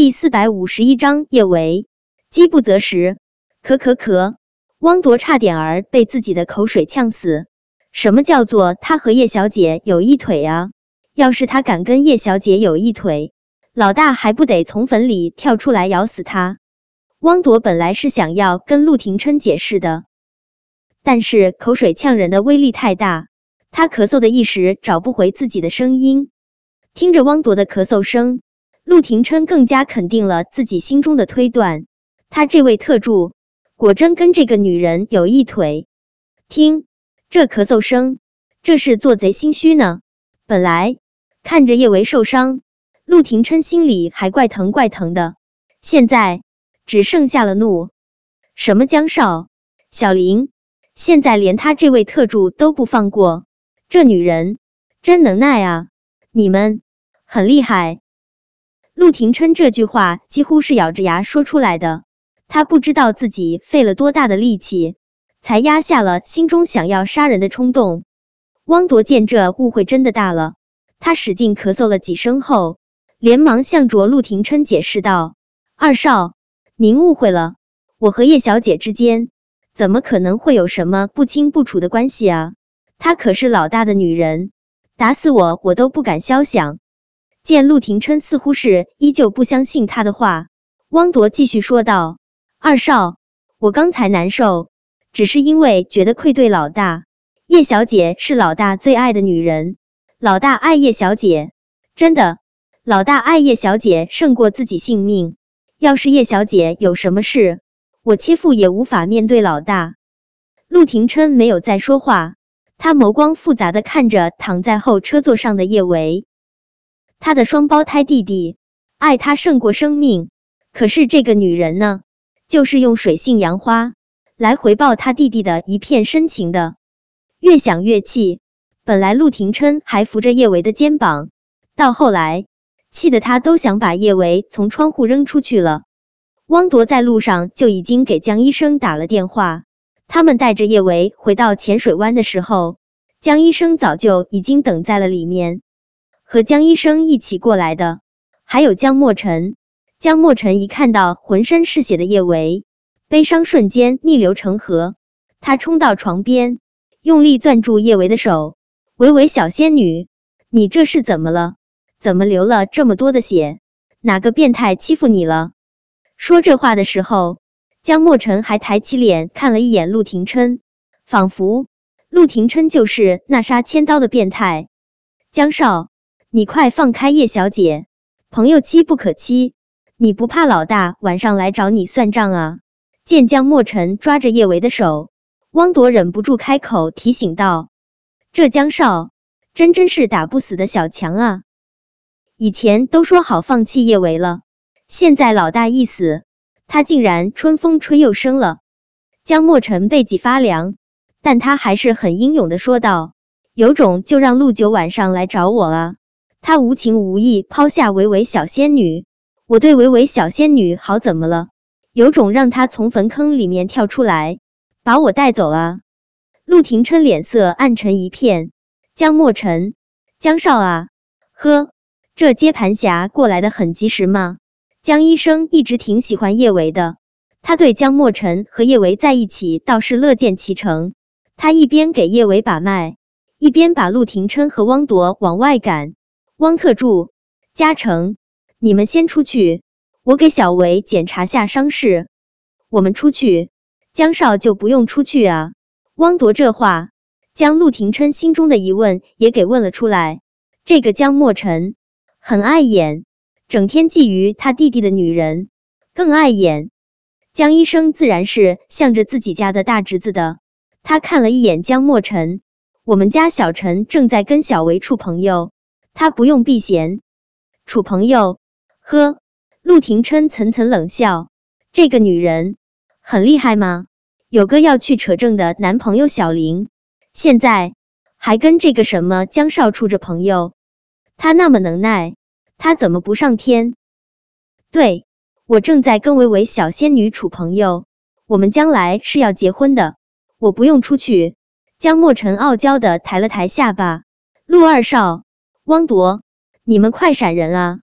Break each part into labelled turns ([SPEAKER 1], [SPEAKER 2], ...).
[SPEAKER 1] 第451章叶维饥不择食。汪铎差点儿被自己的口水呛死。什么叫做他和叶小姐有一腿啊？要是他敢跟叶小姐有一腿，老大还不得从坟里跳出来咬死他？汪铎本来是想要跟陆廷琛解释的，但是口水呛人的威力太大，他咳嗽的一时找不回自己的声音。听着汪铎的咳嗽声，陆廷琛更加肯定了自己心中的推断，他这位特助果真跟这个女人有一腿。听这咳嗽声，这是做贼心虚呢。本来看着叶维受伤，陆廷琛心里还怪疼的，现在只剩下了怒。什么江少、小林，现在连他这位特助都不放过，这女人真能耐啊！你们很厉害。陆廷琛这句话几乎是咬着牙说出来的，他不知道自己费了多大的力气，才压下了心中想要杀人的冲动。汪铎见这误会真的大了，他使劲咳嗽了几声后，连忙向着陆廷琛解释道：二少，您误会了，我和叶小姐之间怎么可能会有什么不清不楚的关系啊？她可是老大的女人，打死我都不敢肖想。见陆廷琛似乎是依旧不相信他的话，汪铎继续说道：二少，我刚才难受，只是因为觉得愧对老大。叶小姐是老大最爱的女人，老大爱叶小姐，真的，老大爱叶小姐胜过自己性命。要是叶小姐有什么事，我切腹也无法面对老大。陆廷琛没有再说话，他眸光复杂的看着躺在后车座上的叶维。他的双胞胎弟弟爱他胜过生命，可是这个女人呢，就是用水性杨花来回报他弟弟的一片深情的。越想越气，本来陆廷琛还扶着叶维的肩膀，到后来气得他都想把叶维从窗户扔出去了。汪铎在路上就已经给江医生打了电话，他们带着叶维回到浅水湾的时候，江医生早就已经等在了里面。和江医生一起过来的还有江墨尘。江墨尘一看到浑身是血的叶维，悲伤瞬间逆流成河，他冲到床边，用力攥住叶维的手。维小仙女，你这是怎么了？怎么流了这么多的血？哪个变态欺负你了？说这话的时候，江墨尘还抬起脸看了一眼陆廷琛，仿佛陆廷琛就是那杀千刀的变态。江少，你快放开叶小姐，朋友妻不可欺，你不怕老大晚上来找你算账啊？见江墨尘抓着叶维的手，汪铎忍不住开口提醒道：这江少真是打不死的小强啊！以前都说好放弃叶维了，现在老大一死，他竟然春风吹又生了。江墨尘背脊发凉，但他还是很英勇的说道：有种就让陆九晚上来找我啊！他无情无义抛下维小仙女，我对维小仙女好怎么了？有种让他从坟坑里面跳出来，把我带走啊！陆廷琛脸色暗沉一片。江墨尘，江少啊，呵，这接盘侠过来的很及时吗？江医生一直挺喜欢叶维的，他对江墨尘和叶维在一起倒是乐见其成。他一边给叶维把脉，一边把陆廷琛和汪铎往外赶。汪特助、嘉诚，你们先出去，我给小维检查下伤势。我们出去，江少就不用出去啊。汪铎这话将陆廷琛心中的疑问也给问了出来。这个江墨尘很碍眼，整天觊觎他弟弟的女人更碍眼。江医生自然是向着自己家的大侄子的，他看了一眼江墨尘，我们家小陈正在跟小维处朋友，他不用避嫌。处朋友？呵，陆廷琛层层冷笑，这个女人很厉害吗？有个要去扯证的男朋友小林，现在还跟这个什么江少处着朋友，他那么能耐，他怎么不上天？对，我正在跟维小仙女处朋友，我们将来是要结婚的，我不用出去。江墨尘傲娇的抬了抬下巴。陆二少、汪铎，你们快闪人啊！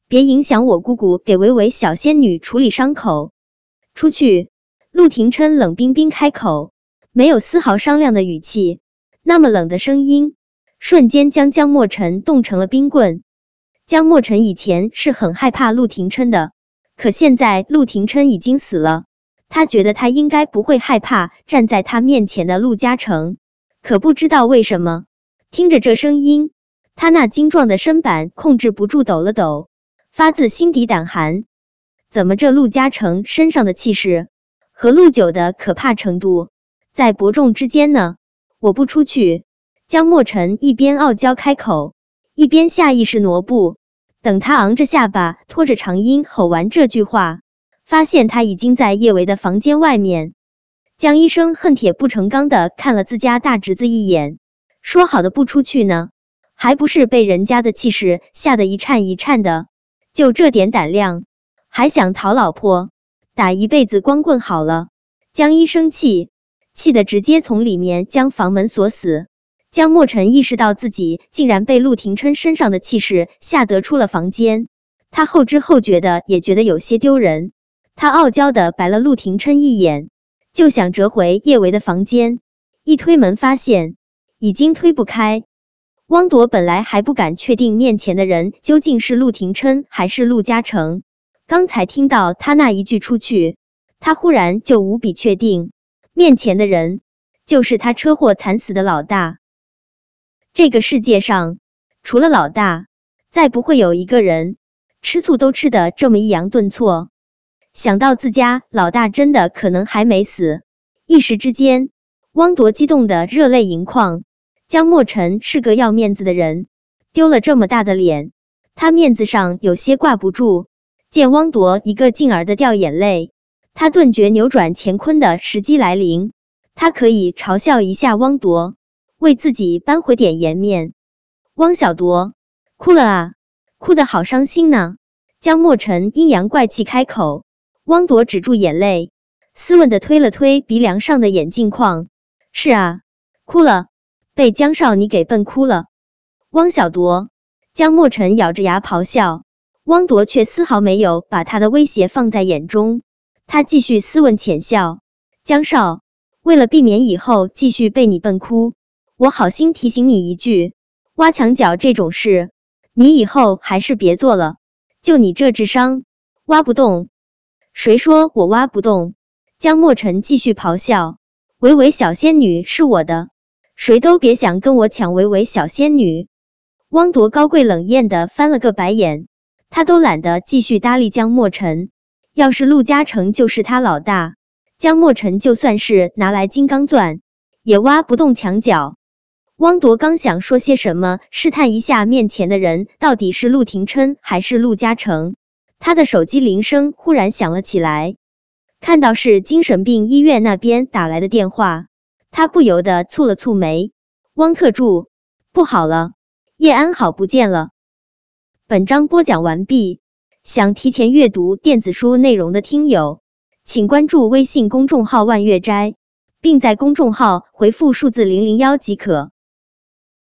[SPEAKER 1] 别影响我姑姑给维维小仙女处理伤口。出去。陆廷琛冷冰冰开口，没有丝毫商量的语气，那么冷的声音瞬间将江墨尘冻成了冰棍。江墨尘以前是很害怕陆廷琛的，可现在陆廷琛已经死了，他觉得他应该不会害怕站在他面前的陆嘉诚，可不知道为什么，听着这声音，他那精壮的身板控制不住抖了抖，发自心底胆寒。怎么这陆嘉诚身上的气势和陆九的可怕程度在伯仲之间呢？我不出去。江墨尘一边傲娇开口，一边下意识挪步。等他昂着下巴拖着长音吼完这句话，发现他已经在叶维的房间外面。江医生恨铁不成钢的看了自家大侄子一眼，说好的不出去呢，还不是被人家的气势吓得一颤一颤的，就这点胆量还想讨老婆，打一辈子光棍好了。江医生气得直接从里面将房门锁死。江墨尘意识到自己竟然被陆廷琛身上的气势吓得出了房间，他后知后觉的也觉得有些丢人。他傲娇的白了陆廷琛一眼，就想折回叶维的房间，一推门发现已经推不开。汪铎本来还不敢确定面前的人究竟是陆廷琛还是陆嘉诚，刚才听到他那一句出去，他忽然就无比确定，面前的人就是他车祸惨死的老大。这个世界上除了老大，再不会有一个人吃醋都吃得这么抑扬顿挫。想到自家老大真的可能还没死，一时之间汪铎激动得热泪盈眶。江墨尘是个要面子的人，丢了这么大的脸，他面子上有些挂不住。见汪铎一个劲儿的掉眼泪，他顿觉扭转乾坤的时机来临，他可以嘲笑一下汪铎，为自己扳回点颜面。汪小铎，哭了啊，哭得好伤心呢。江墨尘阴阳怪气开口。汪铎止住眼泪，斯文地推了推鼻梁上的眼镜框，是啊，哭了，被江少你给笨哭了。汪小铎，江墨尘咬着牙咆哮，汪铎却丝毫没有把他的威胁放在眼中，他继续斯文浅笑，江少，为了避免以后继续被你笨哭，我好心提醒你一句，挖墙脚这种事，你以后还是别做了，就你这智商，挖不动。谁说我挖不动？江墨尘继续咆哮，维维小仙女是我的，谁都别想跟我抢维维小仙女。汪铎高贵冷艳的翻了个白眼，他都懒得继续搭理江墨尘。要是陆嘉诚就是他老大，江墨尘就算是拿来金刚钻，也挖不动墙角。汪铎刚想说些什么，试探一下面前的人到底是陆廷琛还是陆嘉诚，他的手机铃声忽然响了起来，看到是精神病医院那边打来的电话，他不由得蹙了蹙眉。汪特助，不好了，叶安好不见了。本章播讲完毕，想提前阅读电子书内容的听友，请关注微信公众号万月斋，并在公众号回复数字001即可。